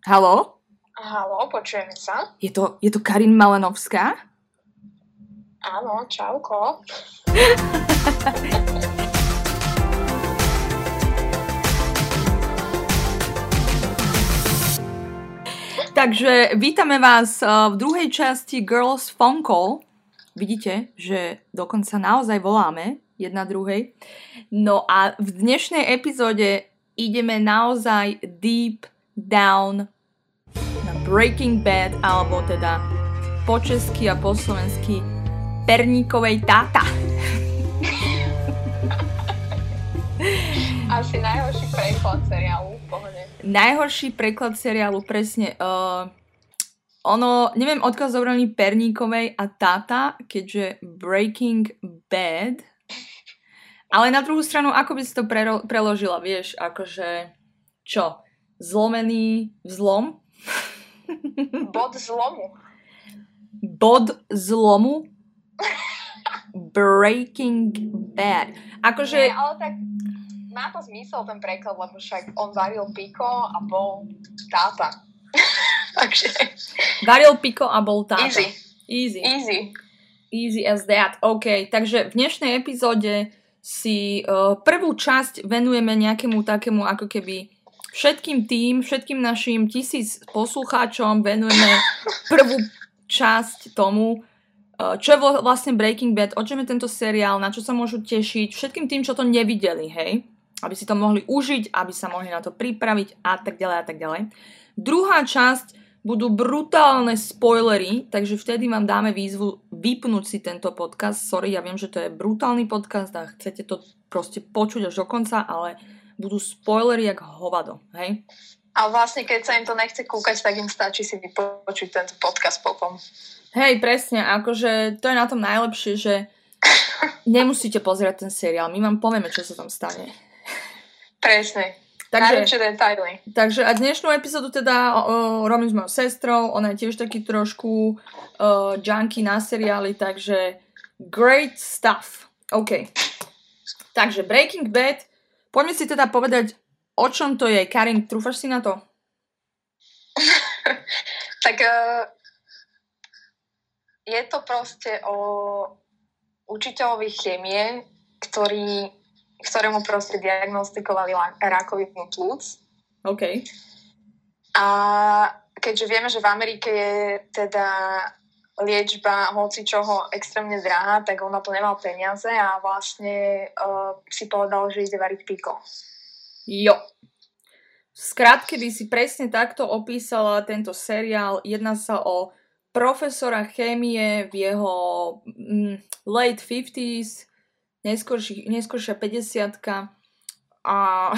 Haló? Haló, počujeme sa? Je to Karin Malenovská? Áno, čauko. Takže vítame vás v druhej časti Girls Phone Call. Vidíte, že dokonca naozaj voláme jedna druhej. No a v dnešnej epizóde ideme naozaj deep down na Breaking Bad, alebo teda po česky a po slovensky Perníkovej táta. Asi najhorší preklad seriálu, v pohode. Najhorší preklad seriálu, presne. Neviem, odkiaľ zobrali Perníkovej a táta, keďže Breaking Bad. Ale na druhú stranu, ako by si to preložila, vieš, akože čo? Zlomený vzlom? Bod zlomu. Bod zlomu? Breaking Bad. Akože... Nie, ale tak má to zmysel ten preklad, lebo však on varil piko a bol táta. Takže... Varil piko a bol táta. Easy as that. OK, takže v dnešnej epizóde si prvú časť venujeme nejakému takému ako keby všetkým našim 1000 poslucháčom venujeme prvú časť tomu, čo je vlastne Breaking Bad, o čom je tento seriál, na čo sa môžu tešiť, všetkým tým, čo to nevideli, hej? Aby si to mohli užiť, aby sa mohli na to pripraviť a tak ďalej a tak ďalej. Druhá časť budú brutálne spoilery, takže vtedy vám dáme výzvu vypnúť si tento podcast. Sorry, ja viem, že to je brutálny podcast a chcete to proste počuť až do konca, ale budú spoilery jak hovado, hej? A vlastne, keď sa im to nechce kúkať, tak im stačí si vypočuť tento podcast potom. Hej, presne, akože to je na tom najlepšie, že nemusíte pozerať ten seriál, my vám povieme, čo sa tam stane. Presne. Najväčšie detaily. Takže a dnešnú epizódu teda robím s mojou sestrou, ona je tiež taký trošku junkie na seriály, takže great stuff. OK. Takže Breaking Bad, poďme si teda povedať, o čom to je. Karin, trúfaš si na to? Tak je to proste o učiteľovi chémie, ktorému proste diagnostikovali rakovinu plúc. OK. A keďže vieme, že v Amerike je teda liečba hocičoho extrémne drahá, tak on na to nemal peniaze a vlastne si povedal, že ide variť piko. Jo. V skratke by si presne takto opísala tento seriál. Jedná sa o profesora chémie v jeho late 50s, neskôršia 50-ka a...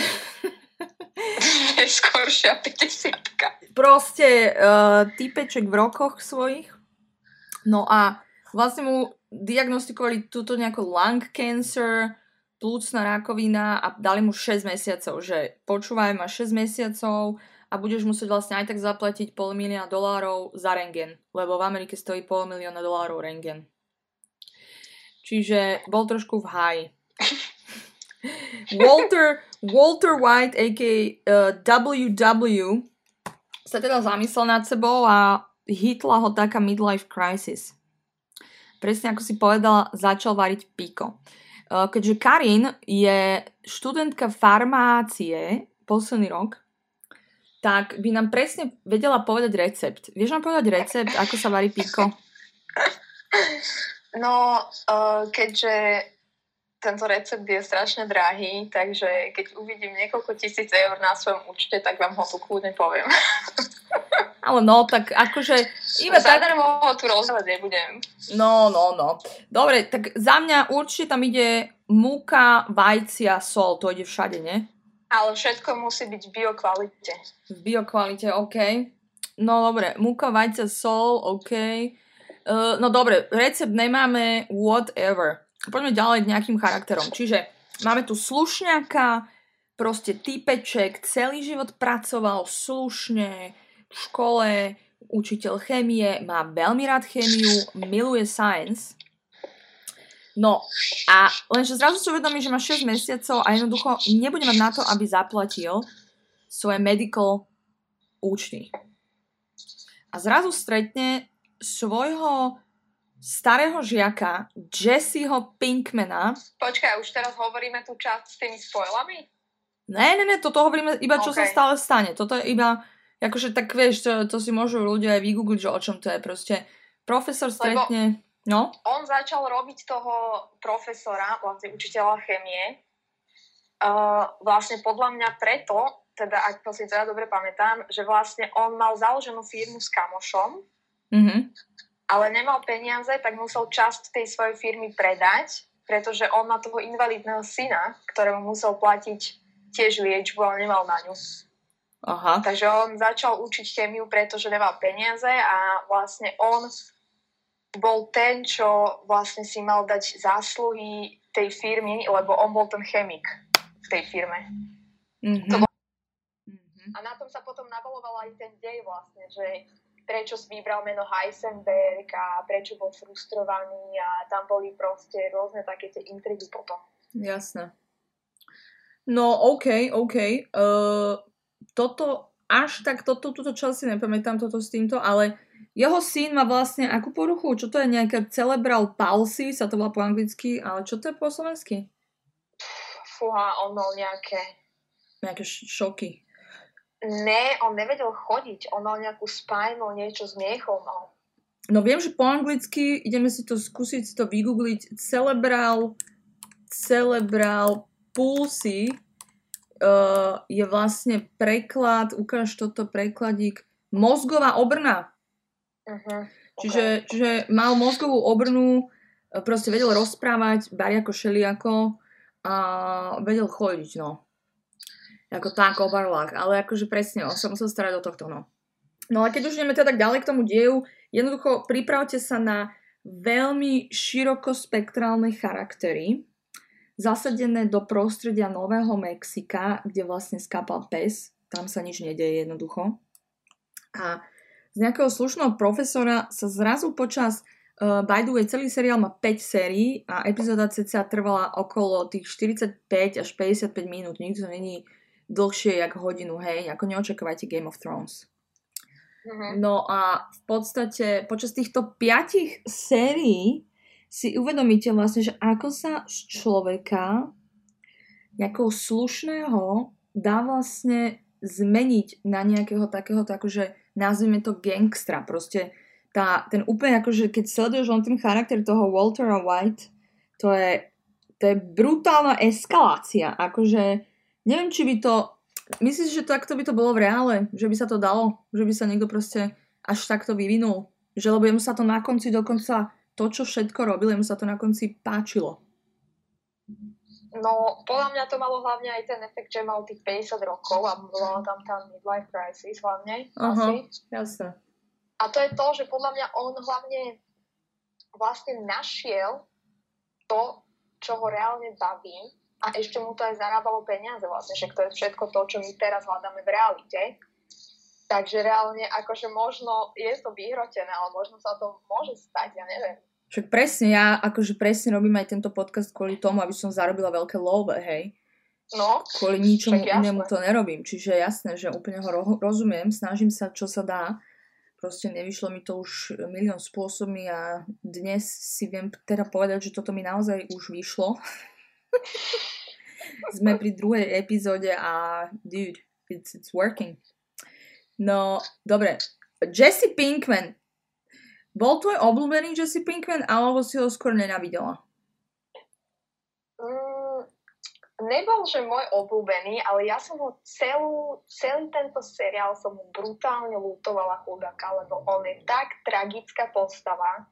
Neskôršia 50-ka. Proste týpeček v rokoch svojich. No a vlastne mu diagnostikovali túto nejakú lung cancer, plúcna rakovina a dali mu 6 mesiacov, že počúvaj, máš 6 mesiacov a budeš musieť vlastne aj tak zaplatiť $500,000 za rentgen, lebo v Amerike stojí $500,000 rentgen. Čiže bol trošku v háji. Walter White, a.k.a. WW, sa teda zamyslel nad sebou a hitla ho taká midlife crisis. Presne ako si povedala, začal variť piko. Keďže Karin je študentka farmácie posledný rok, tak by nám presne vedela povedať recept. Vieš nám povedať recept, ako sa varí piko? No, keďže tento recept je strašne drahý, takže keď uvidím niekoľko tisíc eur na svojom účte, tak vám ho tu kľudne poviem. Ale no, tak akože... Zadarmo ho tu rozdávať nebudem. No. Dobre, tak za mňa určite tam ide múka, vajcia, sol. To ide všade, nie? Ale všetko musí byť v biokvalite. V biokvalite, OK. No dobre, múka, vajcia, sol, OK. No dobre, recept nemáme, whatever. Poďme ďalej k nejakým charakterom. Čiže máme tu slušňaka, proste týpeček, celý život pracoval slušne, v škole, učiteľ chémie, má veľmi rád chémiu, miluje science. No a lenže zrazu si uvedomí, že má 6 mesiacov a jednoducho nebude mať na to, aby zaplatil svoje medical účty. A zrazu stretne svojho starého žiaka Jesseho Pinkmana. Počkaj, už teraz hovoríme tú časť s tými spoilami? Ne, toto hovoríme iba, čo sa stále stane. Toto je iba, akože tak vieš, to si môžu ľudia aj vygoogliť, že o čom to je. Proste profesor stretne... No? On začal robiť toho profesora, vlastne učiteľa chémie, vlastne podľa mňa preto, teda ak to si teda dobre pamätám, že vlastne on mal založenú firmu s kamošom, ale nemal peniaze, tak musel časť tej svojej firmy predať, pretože on má toho invalidného syna, ktorému musel platiť tiež liečbu, ale nemal na ňu. Aha. Takže on začal učiť chémiu, pretože nemal peniaze a vlastne on bol ten, čo vlastne si mal dať zásluhy tej firmy, lebo on bol ten chemik v tej firme. A na tom sa potom nabaloval aj ten dej vlastne, že prečo si vybral meno Heisenberg a prečo bol frustrovaný a tam boli proste rôzne také tie intrigy potom. Jasné. No, OK. Túto časť si nepamätám toto s týmto, ale jeho syn má vlastne akú poruchu? Čo to je nejaká cerebral palsy, sa to volá po anglicky, ale čo to je po slovensky? Fúha, on mal nejaké šoky. Ne, on nevedel chodiť, on mal nejakú spajnu, niečo s miechou mal. No viem, že po anglicky, ideme si to skúsiť si to vygoogliť, cerebral palsy je vlastne preklad, ukáž toto prekladík, mozgová obrna. Čiže mal mozgovú obrnu, proste vedel rozprávať, bariako šeliako a vedel chodiť, no. Ako tak o barlách, ale akože presne, on sa musel starať o tohto, no. No a keď už ideme teda tak ďalej k tomu deju, jednoducho pripravte sa na veľmi širokospektrálne charaktery, zasadené do prostredia Nového Mexika, kde vlastne skápal pes, tam sa nič nedeje jednoducho. A z nejakého slušného profesora sa zrazu počas, by the way, celý seriál má 5 sérií a epizóda cca trvala okolo tých 45 až 55 minút, nikdy to není dlhšie jak hodinu, hej, ako neočakávajte Game of Thrones. No a v podstate počas týchto 5 sérií si uvedomíte vlastne, že ako sa z človeka nejakého slušného dá vlastne zmeniť na nejakého takého, akože nazvime to gangstra. Proste ten úplne akože, keď sleduješ len ten charakter toho Waltera White, to je brutálna eskalácia. Akože neviem, či by to... Myslíš, že takto by to bolo v reále? Že by sa to dalo? Že by sa niekto proste až takto vyvinul? Že lebo jemu sa to na konci dokonca to, čo všetko robil, jemu sa to na konci páčilo. No, podľa mňa to malo hlavne aj ten efekt, že mal tých 50 rokov a bola tam tá midlife crisis hlavne. Aha, jasne. A to je to, že podľa mňa on hlavne vlastne našiel to, čo ho reálne baví, a ešte mu to aj zarábalo peniaze vlastne, že to je všetko to, čo my teraz hľadáme v realite. Takže reálne, akože možno je to vyhrotené, ale možno sa to môže stať, ja neviem. Však presne, ja akože presne robím aj tento podcast kvôli tomu, aby som zarobila veľké love, hej. No. Kvôli ničomu inému to nerobím, čiže jasné, že úplne ho rozumiem, snažím sa, čo sa dá. Proste nevyšlo mi to už milión spôsobmi a dnes si viem teda povedať, že toto mi naozaj už vyšlo. Sme pri druhej epizóde a dude, it's working. No, dobre. Jesse Pinkman. Bol tvoj obľúbený Jesse Pinkman, alebo si ho skôr nenávidela? Nebol, že môj obľúbený, ale ja som ho celý tento seriál som ho brutálne ľútovala chudáka, lebo on je tak tragická postava,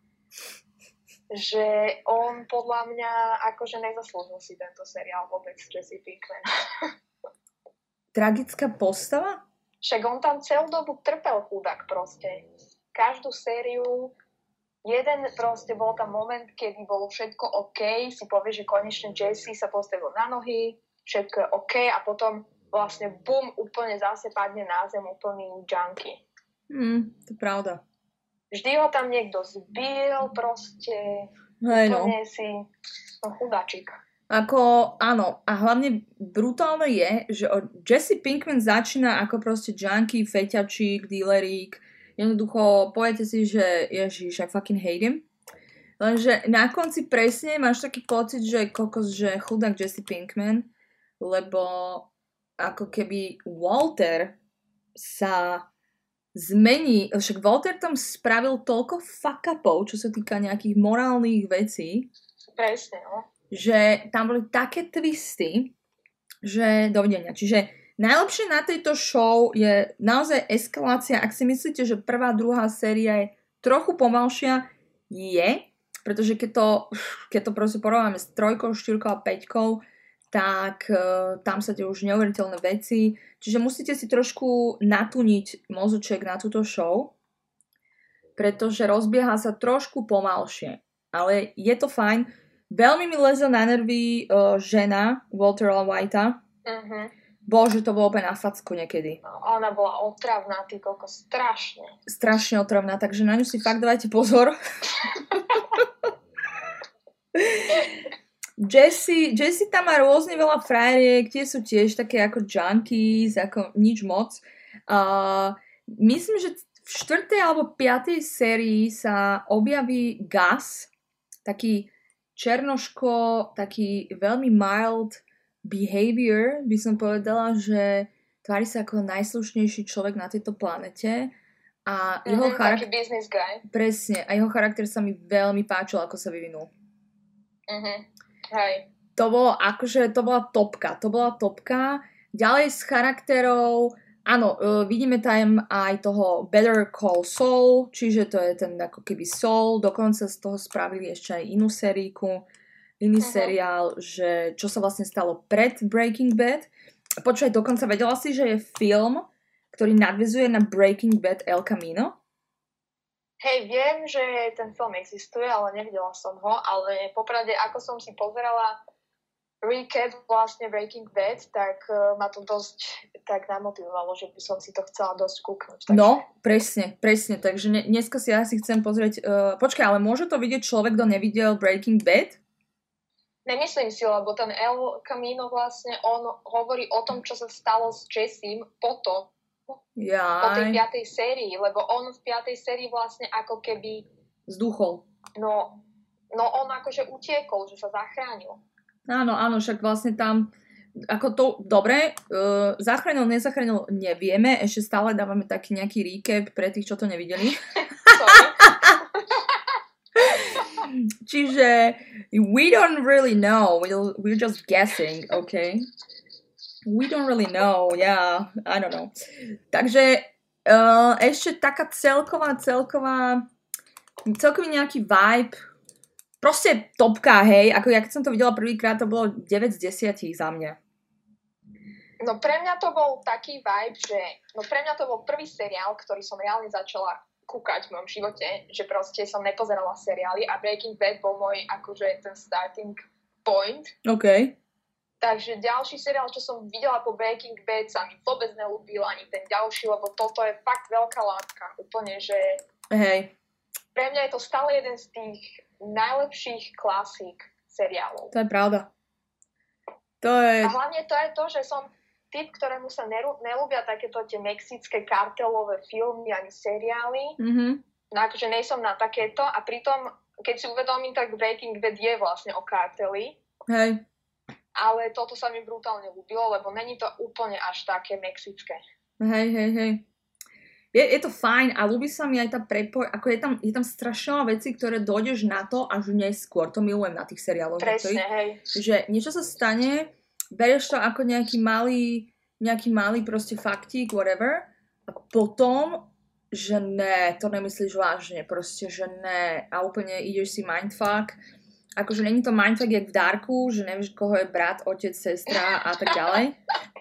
že on podľa mňa akože nezaslúžil si tento seriál vôbec Jesse Pinkman. Tragická postava? Však on tam celú dobu trpel chudák proste. Každú sériu, jeden proste bol tam moment, kedy bolo všetko OK, si povie, že konečne Jesse sa postavil na nohy, všetko je OK a potom vlastne bum, úplne zase padne na zem úplný junkie. To je pravda. Vždy ho tam niekto zbil, proste úplne si chudáčik. Ako, áno, a hlavne brutálne je, že Jesse Pinkman začína ako proste junkie, feťačík, dealerík. Jednoducho, poviete si, že ježiš, I fucking hate him. Lenže na konci presne máš taký pocit, že kokos, že chudák Jesse Pinkman, lebo ako keby Walter sa zmení, však Walter tam spravil toľko fuck-upov, čo sa týka nejakých morálnych vecí. Presne, no. Že tam boli také twisty, že dovidenia. Čiže najlepšie na tejto show je naozaj eskalácia. Ak si myslíte, že prvá, druhá séria je trochu pomalšia, je, pretože keď to proste porovnáme s 3, 4 a 5, tak tam sa tie už neuveriteľné veci. Čiže musíte si trošku natuniť mozuček na túto show, pretože rozbieha sa trošku pomalšie. Ale je to fajn. Veľmi mi leze na nervy žena Waltera Whitea. Uh-huh. Bože, to bolo úplne na facku niekedy. Ona bola otravná, ty koľko, strašne. Strašne otravná, takže na ňu si fakt dávajte pozor. Jessie tam má rôzne veľa frajeriek, tie sú tiež také ako junkies, ako nič moc. Myslím, že v 4. alebo 5. sérii sa objaví Gus, taký černoško, taký veľmi mild behavior, by som povedala, že tvári sa ako najslušnejší človek na tejto planete a jeho charakter... Taký business guy. Presne, a jeho charakter sa mi veľmi páčil, ako sa vyvinul. Hej. To bola topka. Ďalej z charakterov, áno, vidíme tam aj toho Better Call Saul, čiže to je ten ako keby Saul, dokonca z toho spravili ešte aj inú iný seriál, že čo sa vlastne stalo pred Breaking Bad. Počúvaj, dokonca vedela si, že je film, ktorý nadväzuje na Breaking Bad El Camino? Hej, viem, že ten film existuje, ale nevidela som ho, ale popravde, ako som si pozerala recap vlastne Breaking Bad, tak ma to dosť tak namotivovalo, že by som si to chcela dosť kúknuť. Takže... No, presne, takže dneska si asi chcem pozrieť, počkaj, ale môže to vidieť človek, kto nevidel Breaking Bad? Nemyslím si, lebo ten El Camino vlastne, on hovorí o tom, čo sa stalo s Jessim po tej 5. sérii, lebo on v 5. sérii vlastne ako keby zduchol. No on akože utiekol, že sa zachránil. Áno, však vlastne tam ako to, dobre, zachránil, nezachránil, nevieme, ešte stále dávame taký nejaký recap pre tých, čo to nevideli. Čiže we don't really know, we're just guessing, okay? We don't really know, yeah, I don't know. Takže ešte taká celkový nejaký vibe, proste topka, hej, ako ja keď som to videla prvýkrát, to bolo 9 z 10 za mňa. No pre mňa to bol taký vibe, pre mňa to bol prvý seriál, ktorý som reálne začala kúkať v mojom živote, že proste som nepozerala seriály a Breaking Bad bol môj akože ten starting point. OK. Takže ďalší seriál, čo som videla po Breaking Bad, sa mi vôbec nelúbil ani ten ďalší, lebo toto je fakt veľká látka. Úplne, že... Hej. Pre mňa je to stále jeden z tých najlepších klasík seriálov. To je pravda. A hlavne to je to, že som typ, ktorému sa nelúbia takéto tie mexické kartelové filmy ani seriály. Mm-hmm. No akože nejsom na takéto a pritom, keď si uvedomím, tak Breaking Bad je vlastne o karteli. Hej. Ale toto sa mi brutálne ľúbilo, lebo není to úplne až také mexické. Hej. Je to fajn a ľúbi sa mi aj tá ako je tam strašne veľa vecí, ktoré dojdeš na to až neskôr. To milujem na tých seriáloch. Presne, hej. Že niečo sa stane, bereš to ako nejaký malý proste faktík, whatever, a potom, že ne, to nemyslíš vážne, proste, že ne, a úplne ideš si mindfuck. Akože není to mindfuck jak v Darku, že nevieš, koho je brat, otec, sestra a tak ďalej.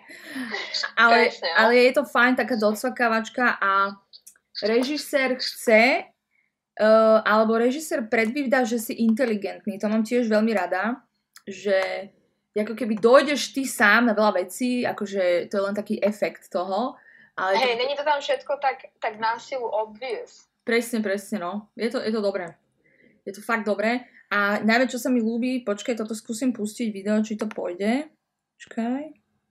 Ale je to fajn, taká docvakávačka a režisér chce, alebo režisér predvídá, že si inteligentný. To mám tiež veľmi rada, že ako keby dojdeš ty sám na veľa vecí, akože to je len taký efekt toho. Hej, není to tam všetko tak násilu obvious. Presne, no. Je to dobré. Je to fakt dobré. A najmä, čo sa mi ľúbi, počkaj, toto skúsim pustiť video, či to pôjde. Počkaj.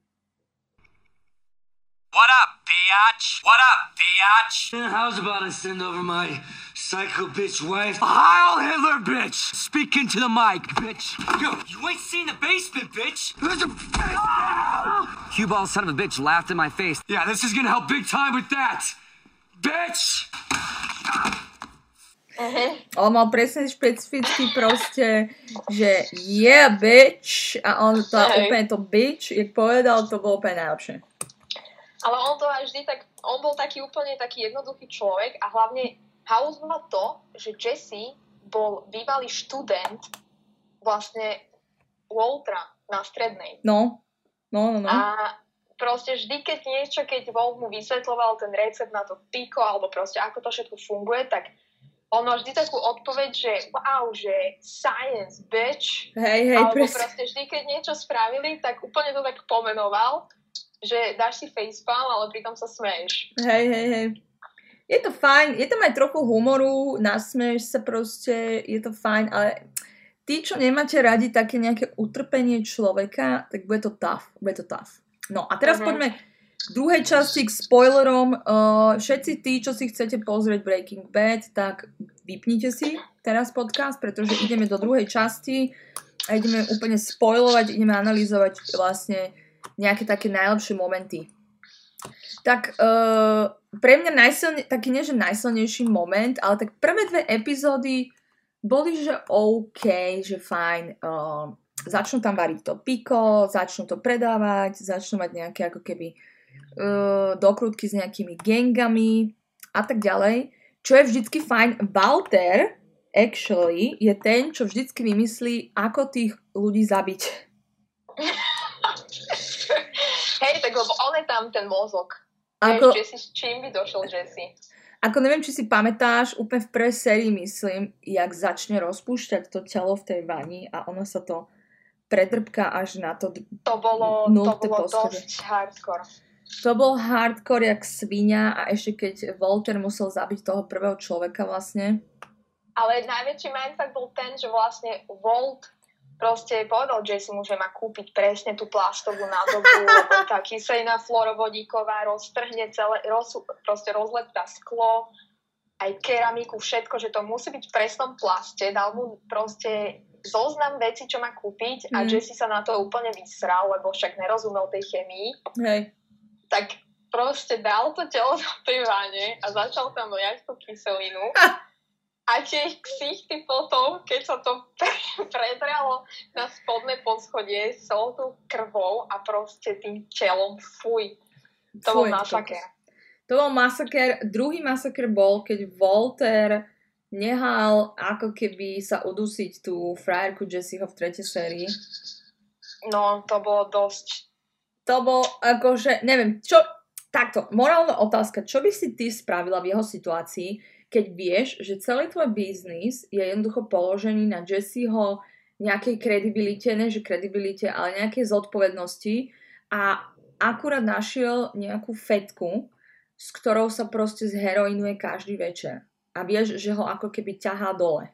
What up, biatch? What up, biatch? How's about I send over my psycho bitch wife? Heil Hitler, bitch! Speaking to the mic, bitch. Yo, you ain't seen the basement, bitch! There's a... Cue ball son of a bitch laughed in my face. Yeah, this is gonna help big time with that! Bitch! On mal presne špecificky proste, že yeah, bitch. A on to úplne to bitch, jak povedal, to bolo úplne najlepšie. Ale on to aj vždy tak, on bol taký úplne taký jednoduchý človek a hlavne House má to, že Jesse bol bývalý študent vlastne Waltera na strednej. No. A proste vždy, keď Walt mu vysvetľoval ten recept na to piko, alebo proste ako to všetko funguje, tak on mal vždy takú odpoveď, že wow, že science, bitch. Hej, alebo proste vždy, keď niečo spravili, tak úplne to tak pomenoval, že dáš si facepalm, ale pritom sa smeješ. Hej. Je to fajn, je tam aj trochu humoru, nasmeješ sa proste, je to fajn, ale tí, čo nemáte radi také nejaké utrpenie človeka, tak bude to tough. No a teraz poďme k druhej časti, k spoilerom. Všetci tí, čo si chcete pozrieť Breaking Bad, tak vypnite si teraz podcast, pretože ideme do druhej časti a ideme úplne spoilovať, ideme analyzovať vlastne nejaké také najlepšie momenty. Tak pre mňa taký nie, že najsilnejší moment, ale tak prvé 2 epizódy boli, že OK, že fajn. Začnú tam variť to piko, začnú to predávať, začnú mať nejaké ako keby dokrutky s nejakými gangami a tak ďalej. Čo je vždycky fajn, Walter actually je ten, čo vždycky vymyslí, ako tých ľudí zabiť. Hej, tak lebo on je tam ten mozog. Ako, Jesse, s čím by došiel Jesse? Ako neviem, či si pamätáš, úplne v prvej sérii myslím, jak začne rozpúšťať to telo v tej vani a ono sa to predrbká až na to bolo dosť hardcore. To bol hardcore jak svinia a ešte keď Walter musel zabiť toho prvého človeka vlastne. Ale najväčší mindfuck bol ten, že vlastne Walt proste povedal Jessimu, že má kúpiť presne tú plastovú nádobu, lebo tá kyselina fluorovodíková roztrhne celé, proste rozleptá sklo, aj keramiku, všetko, že to musí byť v presnom plaste. Dal mu proste zoznam veci, čo má kúpiť a Jesse sa na to úplne vysral, lebo však nerozumel tej chemii. Hej. Tak proste dal to telo do tej vane a začal tam liať tú kyselinu. A tie ksichty potom, keď sa to predralo na spodné poschodie, sol tú krvou a proste tým telom, fuj. To bol masaker. To bol masaker. Druhý masaker bol, keď Walter nehal ako keby sa udusiť tú frajerku Jesseho v 3. sérii. No, to bolo dosť. To bol akože, neviem, čo, takto, morálna otázka, čo by si ty spravila v jeho situácii, keď vieš, že celý tvoj biznis je jednoducho položený na Jesseho nejakej kredibilite, ne že kredibilite, ale nejakej zodpovednosti a akurát našiel nejakú fetku, s ktorou sa proste zheroinuje každý večer. A vieš, že ho ako keby ťahá dole.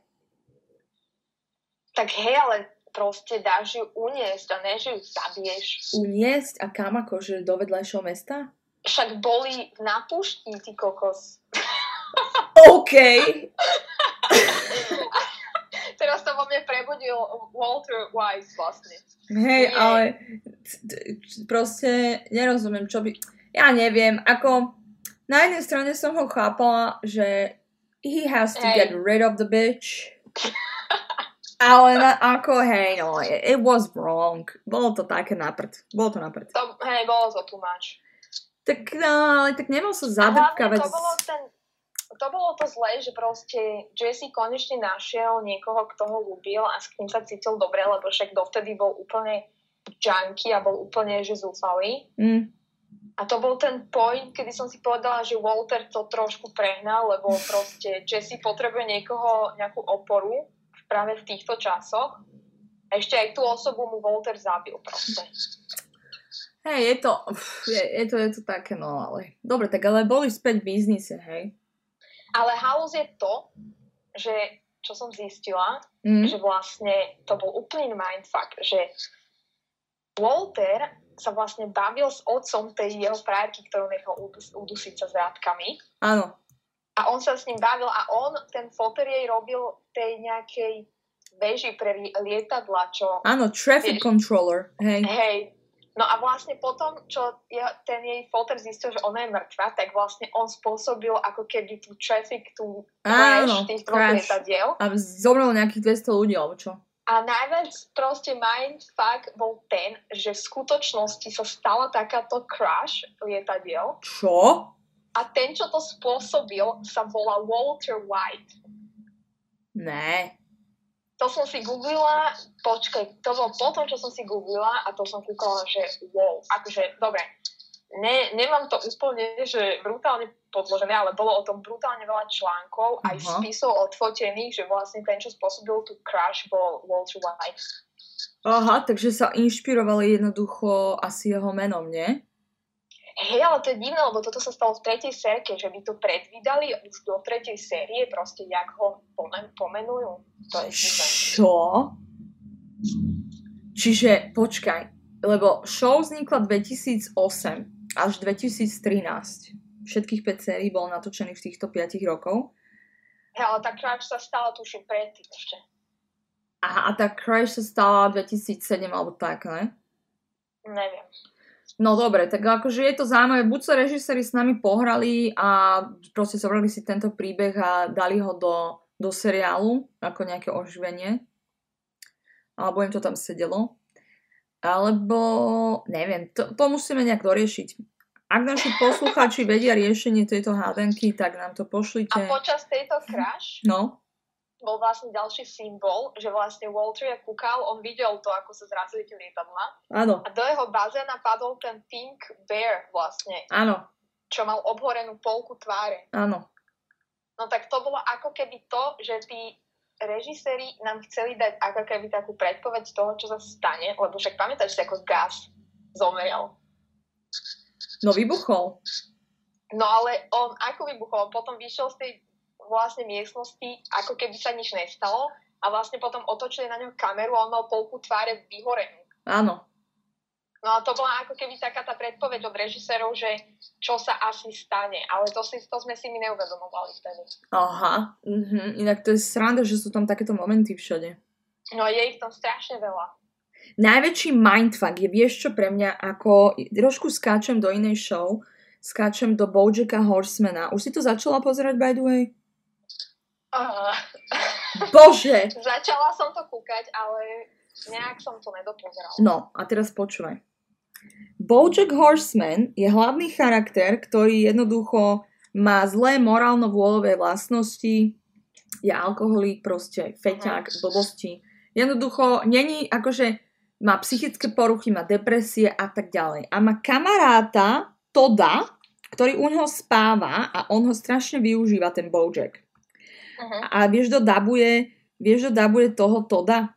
Tak hej, ale proste dáš ju uniesť a ne, že ju zabiješ. Uniesť a kam akože do vedľajšieho mesta? Však boli na púšti, ty kokos. OK. Teraz to vo mne prebudil Walter White vlastne. Hej, ale proste nerozumiem, čo by... Ja neviem, ako na jednej strane som ho chápala, že he has to get rid of the bitch. Ale ako, hej, no, it was wrong. Bolo to také naprd. Bolo to naprd. Hej, bolo to too much. Tak, no, ale tak nemal sa zadrkávať. To bolo to zlé, že proste Jesse konečne našiel niekoho, kto ho ľúbil a s kým sa cítil dobre, lebo však dovtedy bol úplne junkie a bol úplne, že zúfalý. A to bol ten point, kedy som si povedala, že Walter to trošku prehnal, lebo proste Jesse potrebuje nejakú oporu práve v týchto časoch. A ešte aj tú osobu mu Walter zabil proste. Hej, je to také, no ale... Dobre, tak ale boli späť v biznise, hej? Ale House je to, že čo som zistila, že vlastne to bol úplný mindfuck, že Walter sa vlastne bavil s otcom tej jeho frajerky, ktorú nechal udusiť sa zrátkami. Áno. A on sa s ním bavil a on ten foter jej robil tej nejakej veži pre lietadla, čo... Áno, traffic controller. Hej. No a vlastne potom, čo ten jej foter zistil, že ona je mŕtva, tak vlastne on spôsobil ako keby tú traffic, tú crash tých dvoch lietadiel. A zomrelo nejakých 200 ľudí, alebo čo? A najviac proste mindfuck bol ten, že v skutočnosti sa stala takáto crash lietadiel. Čo? A ten, čo to spôsobil, sa volá Walter White. Ne. To som si googlila, počkaj, to bolo potom, čo som si googlila a to som kúkala, že wow, akože, dobre, nemám to úplne, že brutálne podložené, ale bolo o tom brutálne veľa článkov, aj spisov odfotených, že vlastne ten, čo spôsobil tú crash, bol Walter White. Aha, takže sa inšpirovali jednoducho asi jeho menom, nie? Hej, ale to je divné, lebo toto sa stalo v 3. sérke, že by to predvídali už do 3. série, proste jak ho pomenujú. To je divné. Čo? Čiže, počkaj, lebo show vznikla 2008 až 2013. Všetkých 5 sérií bolo natočených v týchto 5 rokov. Hej, ale tá crash sa stala tuším predtým ešte. Aha, a tá crash sa stala 2007 alebo tak, ne? Neviem. No dobre, tak akože je to zaujímavé, buď sa režiséri s nami pohrali a proste zobrali si tento príbeh a dali ho do seriálu, ako nejaké oživenie, alebo im to tam sedelo, alebo neviem, to musíme nejak doriešiť. Ak naši poslucháči vedia riešenie tejto hádanky, tak nám to pošlite. A počas tejto crash bol vlastne ďalší symbol, že vlastne Walter ja kúkal, on videl to, ako sa zrazili tie lietadlá. Áno. A do jeho bazéna padol ten Pink Bear vlastne. Áno. Čo mal obhorenú polku tváre. Áno. No tak to bolo ako keby to, že tí režiséri nám chceli dať ako keby takú predpoveď toho, čo sa stane, lebo však pamätáš si, ako Gus zomrel. No vybuchol. No ale on ako vybuchol? Potom vyšiel z tej vlastne miestnosti, ako keby sa nič nestalo a vlastne potom otočili na ňo kameru a on mal polku tváre vyhorenú. Áno. No a to bola ako keby taká tá predpoveď od režisérov, že čo sa asi stane, ale to sme si my neuvedomovali vtedy. Aha, inak to je sranda, že sú tam takéto momenty všade. No je ich tam strašne veľa. Najväčší mindfuck je, vieš čo pre mňa, ako trošku skáčem do inej show, skáčem do Bojacka Horsemana. Už si to začala pozerať, by the way? Bože! Začala som to kúkať, ale nejak som to nedopozerala. No, a teraz počúvaj. Bojack Horseman je hlavný charakter, ktorý jednoducho má zlé morálno-vôľové vlastnosti, je alkoholík, proste feťák, blbosti. Jednoducho není, akože má psychické poruchy, má depresie a tak ďalej. A má kamaráta Toda, ktorý u neho spáva a on ho strašne využíva, ten Bojack. A vieš, kto dabuje toho Toda?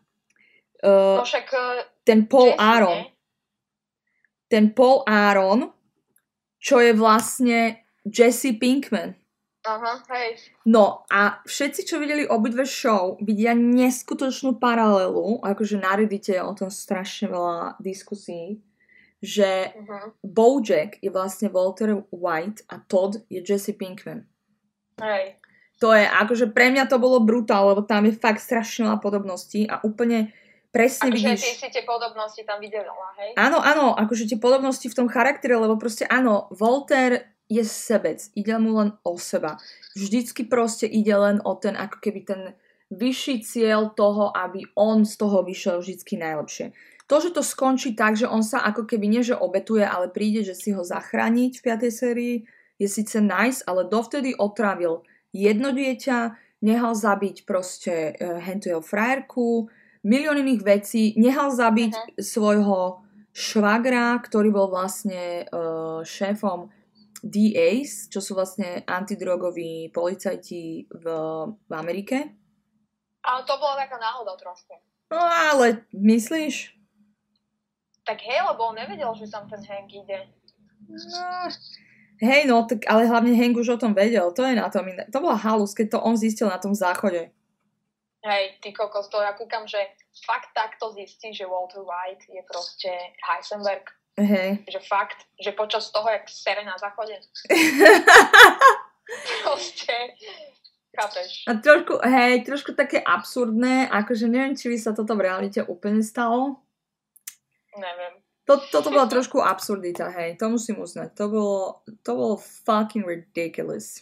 No však ten Paul Jesse, Aaron. Ne? Ten Paul Aaron, čo je vlastne Jesse Pinkman. Aha, hej. No a všetci, čo videli obidve show, vidia neskutočnú paralelu, akože na Reddite je o tom strašne veľa diskusí, že Bojack je vlastne Walter White a Todd je Jesse Pinkman. Hej. To je, akože pre mňa to bolo brutál, lebo tam je fakt strašne veľa podobností a úplne presne vidíš... Akože ty si tie podobnosti tam videla, hej? Áno, akože tie podobnosti v tom charaktere, lebo proste áno, Walter je sebec, ide mu len o seba. Vždycky proste ide len o ten, ako keby ten vyšší cieľ toho, aby on z toho vyšiel vždycky najlepšie. To, že to skončí tak, že on sa ako keby nie, že obetuje, ale príde, že si ho zachrániť v 5. sérii, je síce nice, ale dovtedy otrávil jedno dieťa, nehal zabiť proste hentu jeho frajerku, milión iných vecí, nehal zabiť svojho švagra, ktorý bol vlastne šéfom DAs, čo sú vlastne antidrogoví policajti v Amerike. Ale to bola taká náhoda trošku. No ale myslíš? Tak hej, lebo on nevedel, že tam ten Hank ide. No... Hej, no, tak, ale hlavne Hank už o tom vedel. To je na tom. To bola halus, keď to on zistil na tom záchode. Hej, ty kokos, to ja kúkam, že fakt takto zistí, že Walter White je proste Heisenberg. Hej. Že fakt, že počas toho, jak sere na záchode. Proste, chápeš. A trošku také absurdné, akože neviem, či by sa toto v realite úplne stalo. Neviem. Toto bola trošku absurdita, hej, to musím uznať. To bolo fucking ridiculous.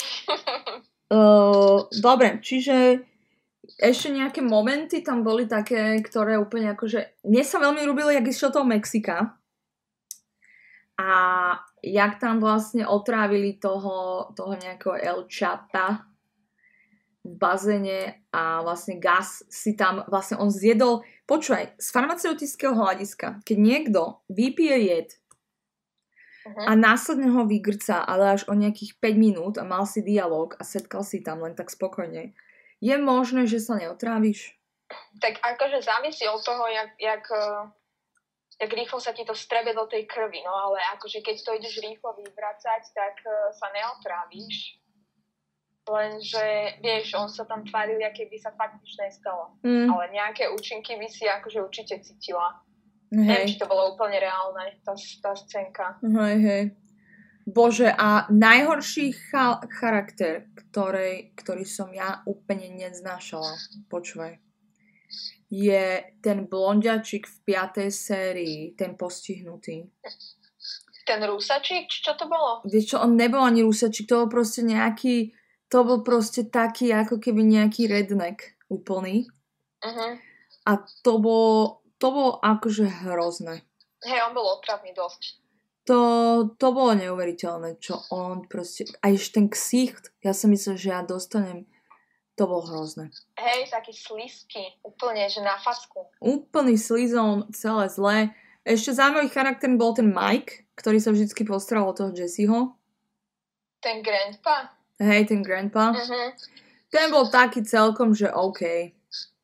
Dobre, čiže ešte nejaké momenty tam boli také, ktoré úplne akože... Mne sa veľmi ľúbilo, jak išiel toho Mexika. A jak tam vlastne otrávili toho nejakého El Chapa v bazéne a vlastne gas si tam... Vlastne on zjedol... Počúvaj, z farmaceutického hľadiska, keď niekto vypije jed a následne ho vygrca, ale až o nejakých 5 minút a mal si dialog a setkal si tam len tak spokojne, je možné, že sa neotráviš? Tak akože závisí od toho, jak rýchlo sa ti to strebe do tej krvi, no ale akože keď to ideš rýchlo vyvracať, tak sa neotráviš. Lenže, vieš, on sa tam tváril, aké by sa fakt nič nestalo. Ale nejaké účinky by si akože určite cítila. Neviem, či to bolo úplne reálne, tá scénka. Hej. Bože, a najhorší charakter, ktorý som ja úplne neznášala, počúvaj, je ten blondiačik v 5. sérii, ten postihnutý. Ten rúsačik? Čo to bolo? Vieš čo, on nebol ani rúsačik, to bol proste taký, ako keby nejaký redneck úplný. A to bolo akože hrozné. Hej, on bol otravný dosť. To bolo neuveriteľné, čo on proste... A ešte ten ksicht, ja som myslel, že ja dostanem... To bolo hrozné. Hej, taký slizký, úplne, že na facku. Úplný slizón, celé zlé. Ešte zaujímavý charakter bol ten Mike, ktorý sa vždycky postaral o toho Jesseho. Ten grandpa? Hej, ten grandpa. Ten bol taký celkom, že OK,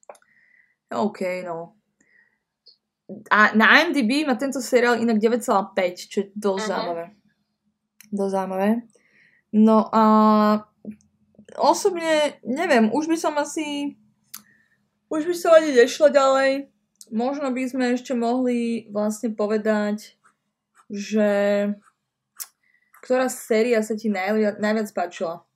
no. A na IMDb má tento seriál inak 9,5, čo je dosť zaujímavé. No a osobne, neviem, už by som ani nešla ďalej. Možno by sme ešte mohli vlastne povedať, že ktorá séria sa ti najviac páčila?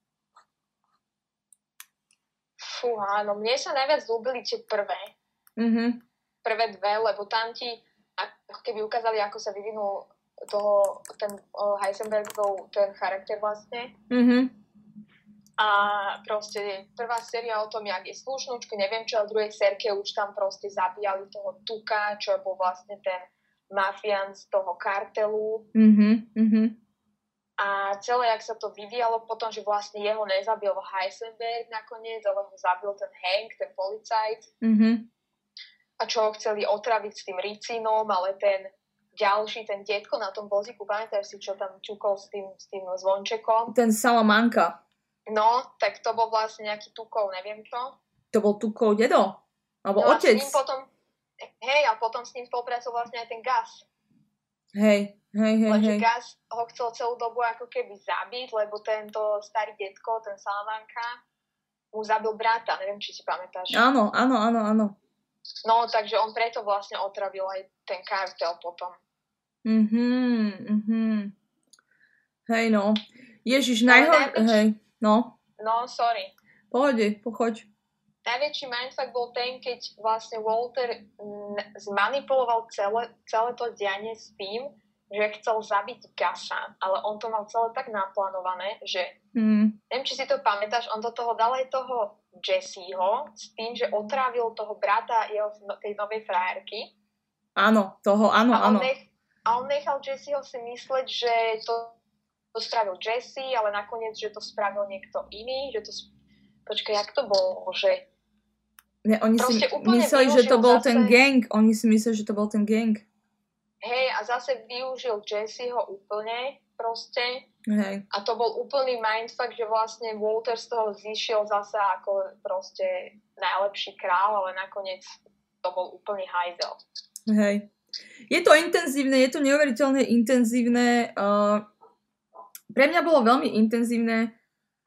Fúha, no mne sa najviac ľúbili tie prvé. Prvé dve, lebo tam ti ako keby ukázali, ako sa vyvinul ten Heisenbergov ten charakter vlastne. A proste prvá séria o tom, jak je slušnúčky, neviem čo, a v druhej sérke už tam proste zabíjali toho Tuka, čo bol vlastne ten mafián z toho kartelu. A celé, jak sa to vyvíjalo potom, že vlastne jeho nezabil Heisenberg nakoniec, ale ho zabil ten Hank, ten policajt. A čo ho chceli otraviť s tým ricínom, ale ten ďalší, ten detko na tom vozíku, pamätáš si, čo tam ťukol s tým zvončekom? Ten Salamanca. No, tak to bol vlastne nejaký Tukov, neviem čo. To bol Tukov dedo? Alebo no otec? A potom s ním spolupracoval vlastne aj ten Gas. Hej. Lenže Gas ho chcel celú dobu ako keby zabiť, lebo tento starý detko, ten Salamanca, mu zabil brata, neviem, či si pamätáš. Áno. No, takže on preto vlastne otravil aj ten kartel potom. Hej, no. Ježiš, hej, no. No, sorry. Pochoď. Najväčší mindfuck bol ten, keď vlastne Walter zmanipuloval celé to dianie s tým, že chcel zabiť Gasa, ale on to mal celé tak naplánované, že neviem, či si to pamätáš, on do toho dal aj toho Jesseho s tým, že otrávil toho brata tej novej frajerky. Áno. A on nechal Jesseho si mysleť, že to spravil Jesse, ale nakoniec, že to spravil niekto iný, že to... Počkaj, jak to bolo, že... Ne, oni si mysleli, že to bol ten gang. Oni si mysleli, že to bol ten gang. Hej, a zase využil Jesseho úplne proste. Hej. A to bol úplný mindfuck, že vlastne Walter z toho zišiel zase ako proste najlepší král, ale nakoniec to bol úplný hajzel. Hej. Je to intenzívne, je to neuveriteľne intenzívne. Pre mňa bolo veľmi intenzívne,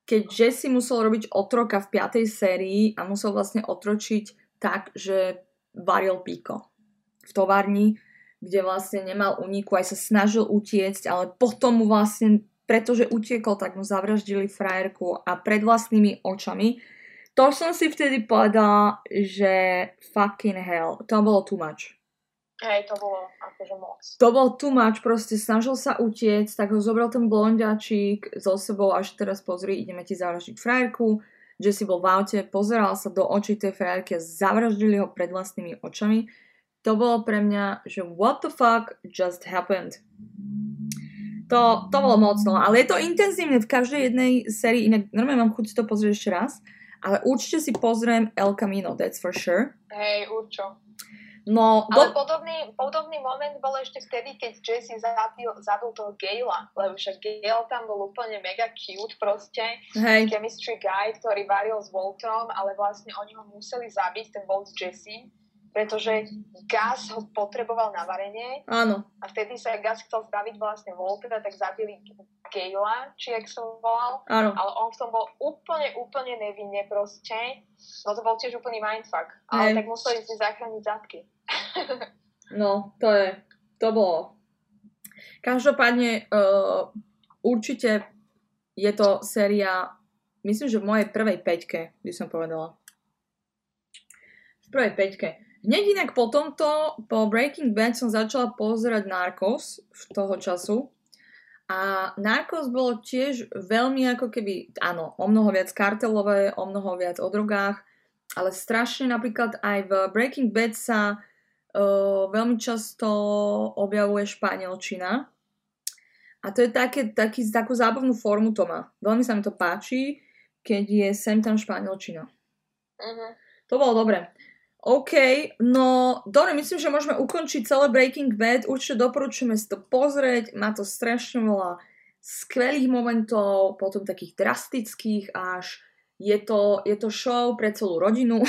keď Jesse musel robiť otroka v 5. sérii a musel vlastne otročiť tak, že varil píko v továrni, kde vlastne nemal úniku, aj sa snažil utiecť, ale potom mu vlastne, pretože utiekol, tak mu zavraždili frajerku a pred vlastnými očami. To som si vtedy povedala, že fucking hell, to bolo too much. Hej, to bolo akože moc. To bol too much, proste snažil sa utiecť, tak ho zobral ten blondiačík so sebou, až teraz pozri, ideme ti zavraždiť frajerku. Jesse bol v aute, pozeral sa do očí tej frajerky a zavraždili ho pred vlastnými očami. To bolo pre mňa, že what the fuck just happened. To bolo mocno, ale je to intenzívne v každej jednej sérii, inak normálne mám chuť si to pozrieť ešte raz, ale určite si pozriem El Camino, that's for sure. Hej, určo. No, ale podobný moment bol ešte vtedy, keď Jesse zabil toho Gale'a, lebo však Gale tam bol úplne mega cute proste, chemistry guy, ktorý varil s Walterom, ale vlastne oni ho museli zabiť, ten Walt s Jesse, pretože Gus ho potreboval na varenie. Áno. A vtedy sa Gus chcel zbaviť vlastne Waltera, tak zabili Gale'a, či jak som volal. Áno. Ale on v tom bol úplne nevinne proste. No to bol tiež úplný mindfuck. Ale tak museli si zachrániť zadky. No, to bolo. Každopádne určite je to séria, myslím, že v mojej prvej 5, by som povedala. V prvej 5. Hneď inak po Breaking Bad som začala pozerať Narcos v toho času. A Narcos bolo tiež veľmi ako keby, áno, o mnoho viac kartelové, o mnoho viac o drogách, ale strašne napríklad aj v Breaking Bad sa veľmi často objavuje španielčina. A to je takú zábavnú formu to má. Veľmi sa mi to páči, keď je sem tam španielčina. Uh-huh. To bolo dobre. OK, no dobre, myslím, že môžeme ukončiť celé Breaking Bad. Určite doporučujeme si to pozrieť. Má to strašne veľa skvelých momentov, potom takých drastických až. Je to show pre celú rodinu.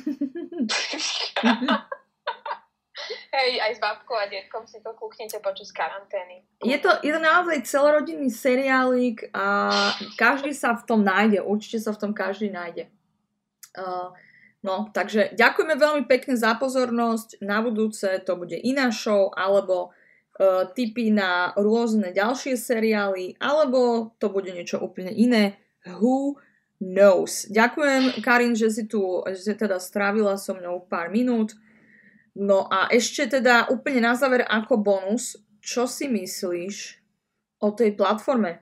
Hej, aj s babkou a detkom si to kúknite počas karantény. Je to naozaj celorodinný seriálik a každý sa v tom nájde. Určite sa v tom každý nájde. No, takže ďakujeme veľmi pekne za pozornosť. Na budúce to bude iná show, alebo tipy na rôzne ďalšie seriály, alebo to bude niečo úplne iné. Who knows? Ďakujem, Karin, že si teda strávila so mnou pár minút. No a ešte teda úplne na záver ako bonus, čo si myslíš o tej platforme?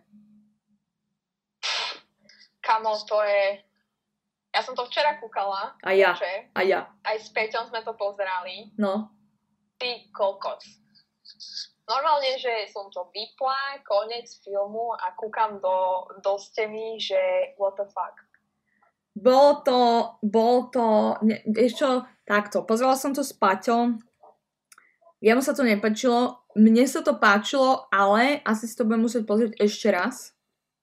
Kamo, to je... Ja som to včera kúkala. A ja. Aj s Peťom sme to pozerali. No. Ty kokos. Normálne, že som to vypla, koniec filmu a kúkam do steny, že what the fuck. Bolo to, vieš čo, takto, pozrela som to s Paťom, jemu sa to nepáčilo, mne sa to páčilo, ale asi si to budem musieť pozrieť ešte raz,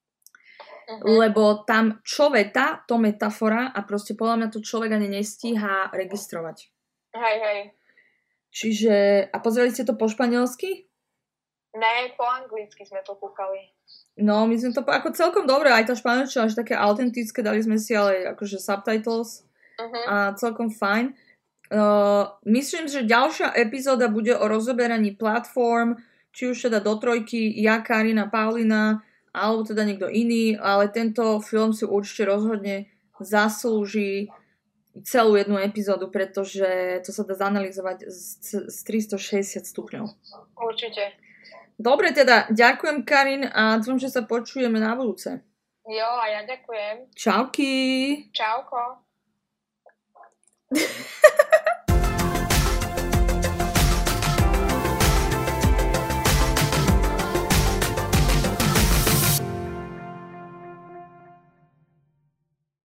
lebo tam čo veta, to metafora a proste podľa mňa to človek ani nestíha registrovať. Hej. Čiže, a pozreli ste to po španielsky? Ne, po anglicky sme to kúkali. No, my sme to ako celkom dobre, aj tá španielčina, až také autentické, dali sme si ale akože subtitles a celkom fajn. Myslím, že ďalšia epizóda bude o rozoberaní platform, či už teda do 3, ja, Karina, Paulina, alebo teda niekto iný, ale tento film si určite rozhodne zaslúži celú jednu epizódu, pretože to sa dá zanalizovať z 360 stupňov. Určite. Dobre teda, ďakujem Karin a dúfam, že sa počujeme na budúce. Jo, a ja ďakujem. Čauky. Čauko.